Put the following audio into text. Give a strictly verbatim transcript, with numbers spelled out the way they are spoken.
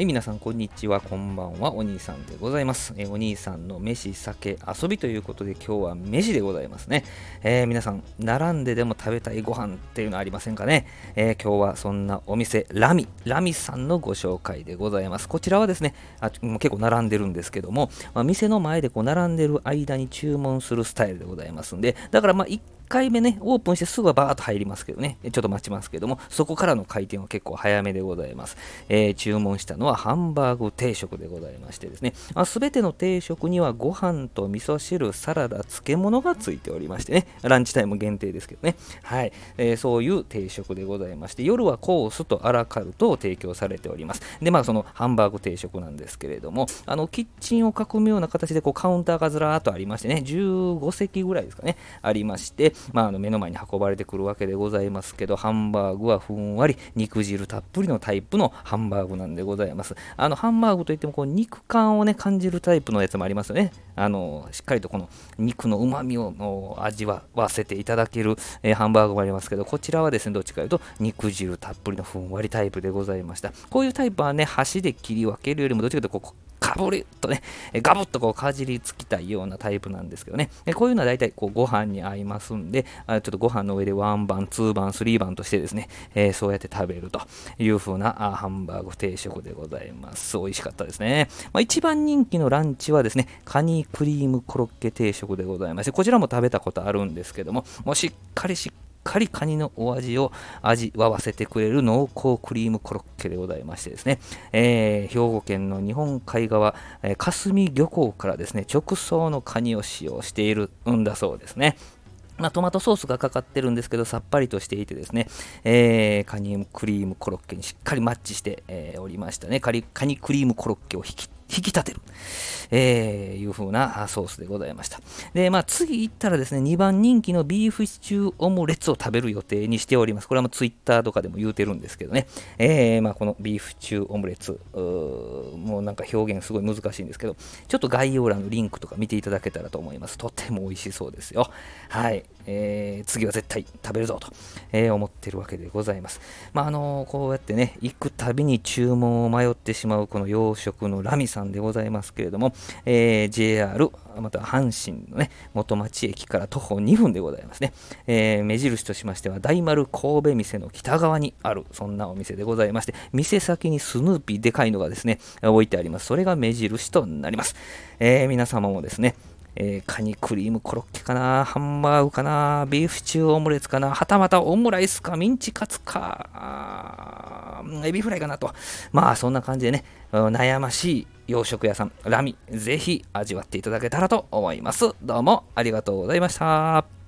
はい、皆さんこんにちは、こんばんは、お兄さんでございます。えーお兄さんの飯、酒、遊びということで今日は飯でございますね。えー皆さん、並んででも食べたいご飯っていうのありませんかね。えー今日はそんなお店、ラミ、ラミさんのご紹介でございます。こちらはですね、あもう結構並んでるんですけども、まあ、店の前でこう並んでる間に注文するスタイルでございますんで、だからまあいっかいめね、オープンしてすぐはバーッと入りますけどね、ちょっと待ちますけども、そこからの回転は結構早めでございます。えー注文したのはハンバーグ定食でございましてですね、まあ、全ての定食にはご飯と味噌汁、サラダ、漬物がついておりましてね、ランチタイム限定ですけどね、はい、えーそういう定食でございまして、夜はコースとアラカルトを提供されております。で、まあそのハンバーグ定食なんですけれども、あのキッチンを囲むような形でこうカウンターがずらーっとありましてね、じゅうごせきぐらいですかね、ありまして、まあ、あの目の前に運ばれてくるわけでございますけど、ハンバーグはふんわり肉汁たっぷりのタイプのハンバーグなんでございます。あのハンバーグといってもこう肉感をね感じるタイプのやつもありますよね。あのしっかりとこの肉の旨味をの味わわせていただける、えーハンバーグもありますけど、こちらはですねどっちかというと肉汁たっぷりのふんわりタイプでございました。こういうタイプはね箸で切り分けるよりもどっちかというとこうかぶりっとね、ガブッとこうかじりつきたいようなタイプなんですけどね。こういうのは大体こうご飯に合いますんで、あちょっとご飯の上でワンバン、ツーバン、スリーバンとしてですね、えーそうやって食べるという風なあハンバーグ定食でございます。美味しかったですね。まあ、一番人気のランチはですね、カニクリームコロッケ定食でございまして、こちらも食べたことあるんですけども、もうしっかりしっかりしっかりカニのお味を味わわせてくれる濃厚クリームコロッケでございましてですね、えー兵庫県の日本海側、えー霞漁港からですね、直送のカニを使用しているんだそうですね。まあ、トマトソースがかかってるんですけど、さっぱりとしていてですね、えーカニクリームコロッケにしっかりマッチして、えーおりましたね。カニカニクリームコロッケを引き引き立てる、えーいう風なソースでございました。で、まあ、次行ったらですね、にばん人気のビーフシチューオムレツを食べる予定にしております。これはもうツイッターとかでも言うてるんですけどね、えーまあ、このビーフシチューオムレツ、うーもうなんか表現すごい難しいんですけど、ちょっと概要欄のリンクとか見ていただけたらと思います。とても美味しそうですよ。はい。えー次は絶対食べるぞと、えー思ってるわけでございます。まあ、あのーこうやってね、行くたびに注文を迷ってしまうこの洋食のラミさんでございますけれども、えー ジェイアール、または阪神のね、元町駅から徒歩にふんでございますね。えー目印としましては、大丸神戸店の北側にある、そんなお店でございまして、店先にスヌーピーでかいのがですね、置いてあります。それが目印となります。えー皆様もですね、えーカニクリームコロッケかな、ハンバーグかな、ビーフシチューオムレツかな、はたまたオムライスか、ミンチカツか、あーエビフライかなと。まあそんな感じでね、うん悩ましい洋食屋さん、ラミ、ぜひ味わっていただけたらと思います。どうもありがとうございました。